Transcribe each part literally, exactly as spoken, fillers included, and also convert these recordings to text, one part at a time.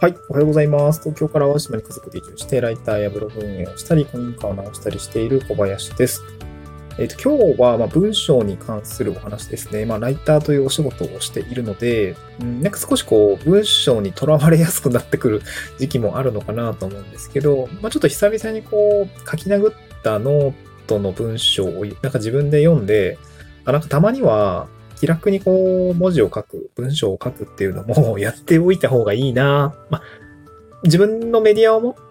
はい、おはようございます。東京から淡島に家族で移住して、ライターやブログ運営をしたり、古民家を直したりしている小林です。えっと、今日は、まあ、文章に関するお話ですね。まあ、ライターというお仕事をしているので、うん、なんか少しこう、文章にとらわれやすくなってくる時期もあるのかなと思うんですけど、まあ、ちょっと久々にこう、書き殴ったノートの文章を、なんか自分で読んで、あ、なんかたまには、気楽にこう、文字を書く、文章を書くっていうのもやっておいた方がいいな。まあ自分のメディアを持って、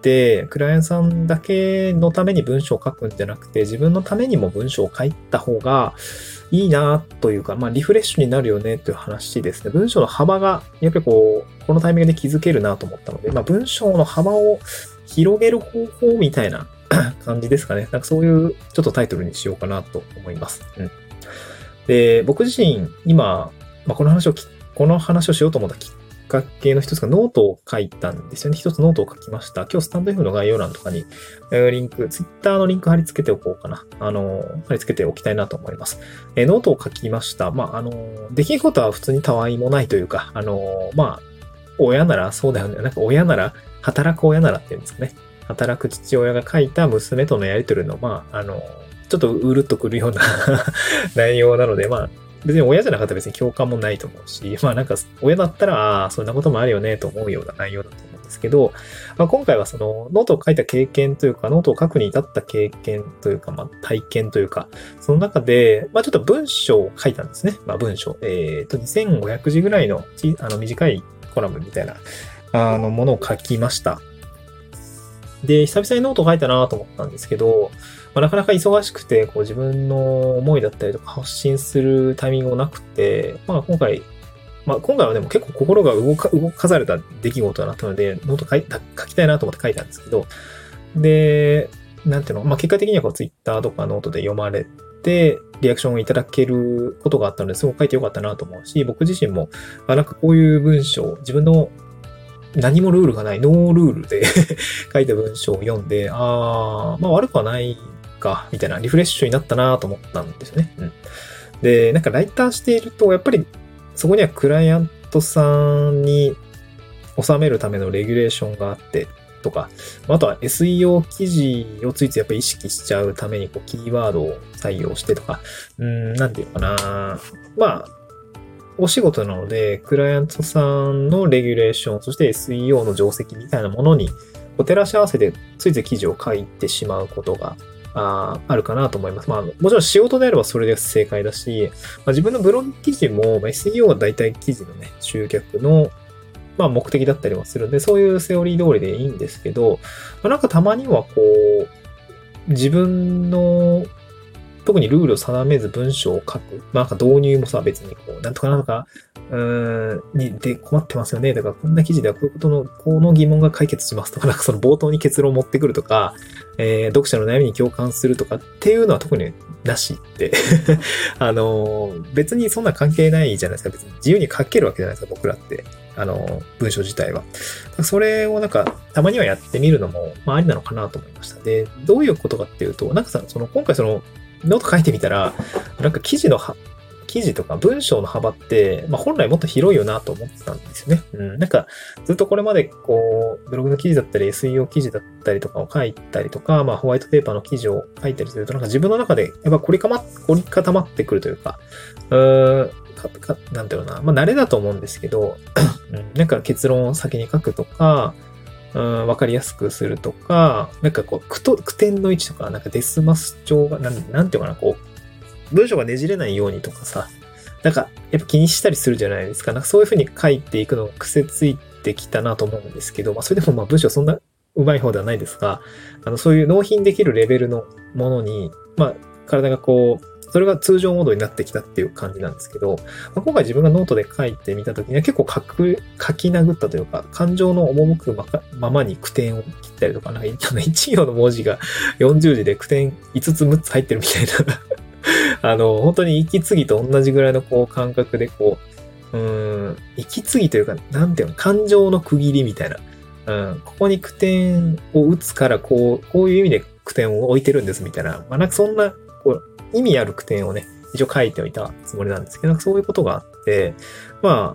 クライアントさんだけのために文章を書くんじゃなくて、自分のためにも文章を書いた方がいいなというか、まあ、リフレッシュになるよねという話ですね。文章の幅が、やっぱりこう、このタイミングで気づけるなと思ったので、まあ、文章の幅を広げる方法みたいな感じですかね。なんかそういうちょっとタイトルにしようかなと思います。うん、で、僕自身、今、まあ、この話をき、この話をしようと思ったきっかけの一つがノートを書いたんですよね。一つノートを書きました。今日スタンド F の概要欄とかに、リンク、ツイッターのリンク貼り付けておこうかな。あの、貼り付けておきたいなと思います。えノートを書きました。まあ、あの、出来事は普通にたわいもないというか、あの、まあ、親ならそうだよね。なんか親なら、働く親ならっていうんですかね。働く父親が書いた娘とのやりとりの、まあ、あの、ちょっとうるっとくるような内容なので、まあ、別に親じゃなかったら別に共感もないと思うし、まあなんか親だったら、ああ、そんなこともあるよねと思うような内容だと思うんですけど、まあ、今回はそのノートを書いた経験というか、ノートを書くに至った経験というか、まあ体験というか、その中で、まあちょっと文章を書いたんですね。まあ文章。えっと、にせんごひゃくじぐらいのあの短いコラムみたいな、あのものを書きました。で、久々にノートを書いたなと思ったんですけど、まあ、なかなか忙しくて、こう自分の思いだったりとか発信するタイミングもなくて、まあ今回、まあ今回はでも結構心が動か、動かされた出来事だったので、ノート書いた、書きたいなと思って書いたんですけど、で、なんていうの、まあ結果的にはこうツイッターとかノートで読まれて、リアクションをいただけることがあったので、すごく書いてよかったなと思うし、僕自身も、あ、なんかこういう文章、自分の何もルールがない、ノールールで書いた文章を読んで、ああ、まあ悪くはないか、みたいなリフレッシュになったなと思ったんですよね。うん。で、なんかライターしていると、やっぱりそこにはクライアントさんに収めるためのレギュレーションがあって、とか、あとは エスイーオー 記事をついついやっぱり意識しちゃうために、こう、キーワードを採用してとか、うーん、なんていうのかな。まあ、お仕事なので、クライアントさんのレギュレーション、そして エスイーオー の定石みたいなものに、照らし合わせてついつい記事を書いてしまうことがあ, あるかなと思います。まあ、もちろん仕事であればそれで正解だし、まあ、自分のブログ記事も、まあ、エスイーオー が大体記事のね、集客の、まあ、目的だったりもするんで、そういうセオリー通りでいいんですけど、まあ、なんかたまにはこう、自分の特にルールを定めず文章を書く。まあ、なんか導入もさ、別にこう、なんとかなんとか、うーん、に、で困ってますよね。とか、こんな記事ではこういうことの、この疑問が解決しますとか、なんかその冒頭に結論を持ってくるとか、えー、読者の悩みに共感するとかっていうのは特になしって。あの、別にそんな関係ないじゃないですか。別に自由に書けるわけじゃないですか、僕らって。あの、文章自体は。それをなんか、たまにはやってみるのも、まあ、ありなのかなと思いました。で、どういうことかっていうと、なんかさ、その、今回その、ノート書いてみたら、なんか記事のは、記事とか文章の幅って、まあ本来もっと広いよなと思ってたんですよね。うん。なんか、ずっとこれまでこう、ブログの記事だったり、エスイーオー 記事だったりとかを書いたりとか、まあホワイトペーパーの記事を書いたりすると、なんか自分の中で、やっぱ凝りかま、凝り固まってくるというか、うーん、か、か、なんていうのかな。まあ慣れだと思うんですけど、うん、なんか結論を先に書くとか、うん、わかりやすくするとか、なんかこう、句と、句点の位置とか、なんかデスマス調が、なん、なんていうかな、こう、文章がねじれないようにとかさ、なんか、やっぱ気にしたりするじゃないですか。なんかそういう風に書いていくの癖ついてきたなと思うんですけど、まあそれでもまあ文章そんな上手い方ではないですが、あの、そういう納品できるレベルのものに、まあ、体がこう、それが通常モードになってきたっていう感じなんですけど、まあ、今回自分がノートで書いてみたときには結構書く、書き殴ったというか、感情の赴くまままに句点を切ったりとか、なんかいち行の文字がよんじゅうじで句点いつつむっつ入ってるみたいな、あの、本当に息継ぎと同じぐらいのこう感覚でこう、うーん、息継ぎというか、なんていうの、感情の区切りみたいな、うん、ここに句点を打つからこう、こういう意味で句点を置いてるんですみたいな、まあなんかそんな、こう、意味ある句点をね、一応書いておいたつもりなんですけど、そういうことがあって、まあ、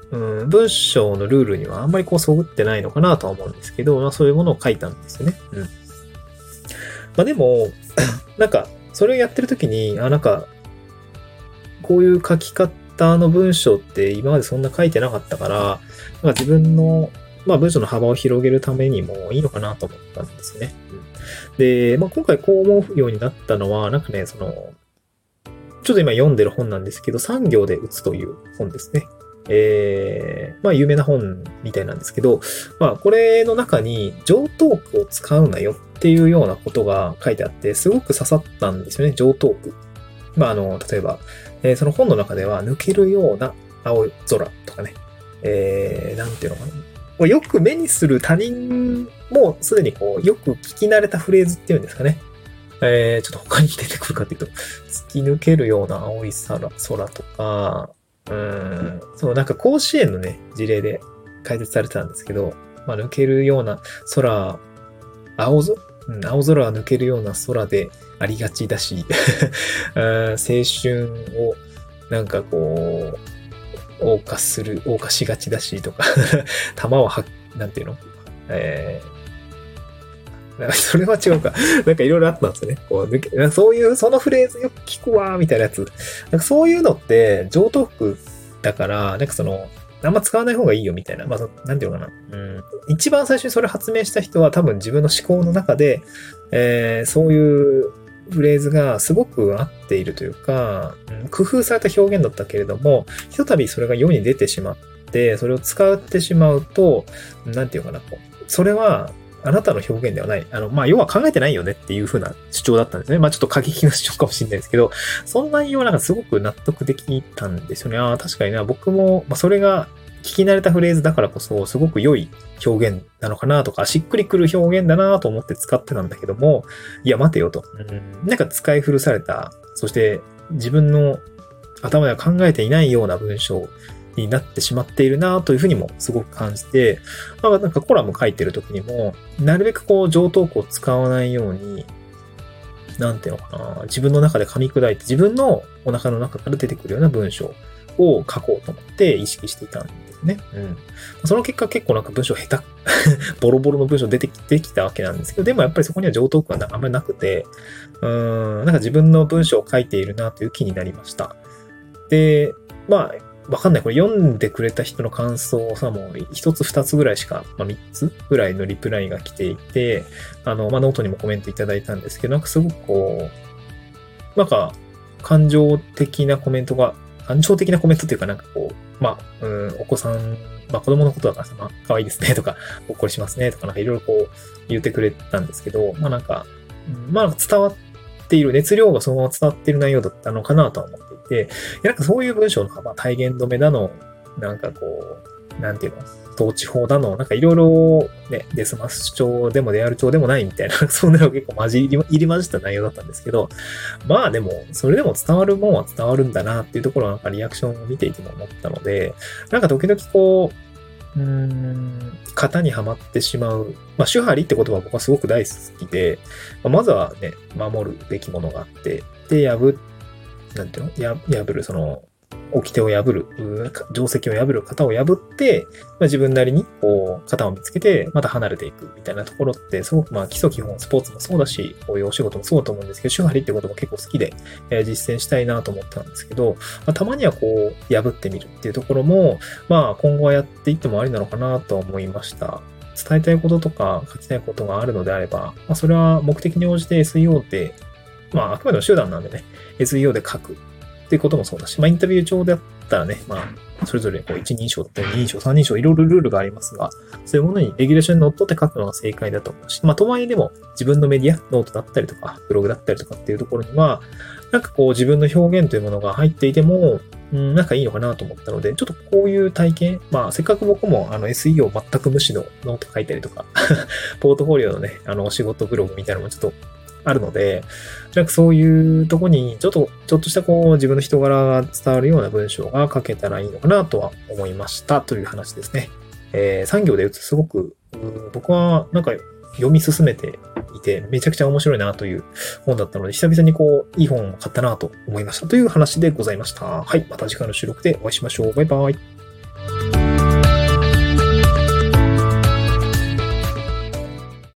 うん、文章のルールにはあんまりこう、そぐってないのかなとは思うんですけど、まあそういうものを書いたんですよね。うん。まあでも、なんか、それをやってるときに、あ、なんか、こういう書き方の文章って今までそんな書いてなかったから、なんか自分の、まあ文章の幅を広げるためにもいいのかなと思ったんですね。うん、で、まあ今回こう思うようになったのは、なんかね、その、ちょっと今読んでる本なんですけど、産業で打つという本ですね。えー、まあ有名な本みたいなんですけど、まあこれの中に常套句を使うなよっていうようなことが書いてあって、すごく刺さったんですよね、常套句。まああの、例えば、えー、その本の中では抜けるような青空とかね、えー、なんていうのかな。よく目にする他人もすでにこう、よく聞き慣れたフレーズっていうんですかね。えー、ちょっと他に出てくるかっていうと、突き抜けるような青い空、空とか、うーん、そう、なんか甲子園のね、事例で解説されてたんですけど、まあ、抜けるような空、青空、うん、青空は抜けるような空でありがちだし、青春をなんかこう、謳歌する、謳歌しがちだしとか、弾はは、なんていうのえーそれは違うか。なんかいろいろあったんですよね。こうそういう、そのフレーズよく聞くわ、みたいなやつ。なんかそういうのって、常套句だから、なんかその、あんま使わない方がいいよ、みたいな。まあ、なんていうのかな。うん。一番最初にそれ発明した人は多分自分の思考の中で、えー、そういうフレーズがすごく合っているというか、うん、工夫された表現だったけれども、ひとたびそれが世に出てしまって、それを使ってしまうと、なんていうのかな、こう。それは、あなたの表現ではない。あの、まあ、要は考えてないよねっていう風な主張だったんですね。まあ、ちょっと過激な主張かもしれないですけど、その内容はなんかすごく納得できたんですよね。ああ、確かにな、僕も、まあ、それが聞き慣れたフレーズだからこそ、すごく良い表現なのかなとか、しっくりくる表現だなと思って使ってたんだけども、いや、待てよと。うん、なんか使い古された、そして自分の頭では考えていないような文章になってしまっているなというふうにもすごく感じて、まあ、なんかコラム書いてる時にも、なるべくこう常套句を使わないように、なんていうのかな、自分の中で噛み砕いて自分のお腹の中から出てくるような文章を書こうと思って意識していたんですね。うん。その結果結構なんか文章下手、ボロボロの文章出てきてきたわけなんですけど、でもやっぱりそこには常套句はあんまりなくて、うーん、なんか自分の文章を書いているなという気になりました。で、まあ、わかんない。これ読んでくれた人の感想をさ、もう一つ二つぐらいしか、まあ三つぐらいのリプライが来ていて、あの、まあノートにもコメントいただいたんですけど、なんかすごくこう、なんか感情的なコメントが、感情的なコメントっていうかなんかこう、まあ、うん、お子さん、まあ子供のことだからさ、まあ可愛いですねとか、ほっこりしますねとかなんかいろいろこう言ってくれたんですけど、まあなんか、まあ伝わっている、熱量がそのまま伝わっている内容だったのかなとは思っていて、なんかそういう文章の幅、体現止めだの、なんかこう、なんていうの、統治法だの、なんかいろいろね、デスマス調でもデアル調でもないみたいな、そんなの結構混じり、入り混じった内容だったんですけど、まあでも、それでも伝わるもんは伝わるんだなっていうところはなんかリアクションを見ていても思ったので、なんか時々こう、うーん、型にはまってしまう。まあ、手張りって言葉は僕はすごく大好きで、まあ、まずはね、守るべきものがあって、で、破、なんていうのや破る、その、掟を破る、定石を破る型を破って、まあ、自分なりにこう型を見つけてまた離れていくみたいなところってすごくまあ基礎基本スポーツもそうだし、こういうお仕事もそうだと思うんですけど、手張りってことも結構好きで、えー、実践したいなと思ったんですけど、まあ、たまにはこう破ってみるっていうところも、まあ今後はやっていってもありなのかなと思いました。伝えたいこととか書きたいことがあるのであれば、まあ、それは目的に応じて エスイーオー で、まああくまでも手段なんでね、エスイーオー で書く。っていうこともそうだし、まあ、インタビュー上だったらね、まあ、それぞれこう一人称だったり二人称、三人称、いろいろルールがありますが、そういうものにレギュレーションにのっとって書くのが正解だと思うし、まあ、とはいえでも自分のメディア、ノートだったりとか、ブログだったりとかっていうところには、なんかこう自分の表現というものが入っていても、うん、なんかいいのかなと思ったので、ちょっとこういう体験、まあ、せっかく僕もあの エスイーオー 全く無視のノート書いたりとか、ポートフォリオのね、あのお仕事ブログみたいなのもちょっとあるので、なんかそういうとこにちょっと、ちょっとしたこう自分の人柄が伝わるような文章が書けたらいいのかなとは思いましたという話ですね。えー、産業で言うとすごく、僕はなんか読み進めていてめちゃくちゃ面白いなという本だったので、久々にこういい本を買ったなと思いましたという話でございました。はい、また次回の収録でお会いしましょう。バイバイ。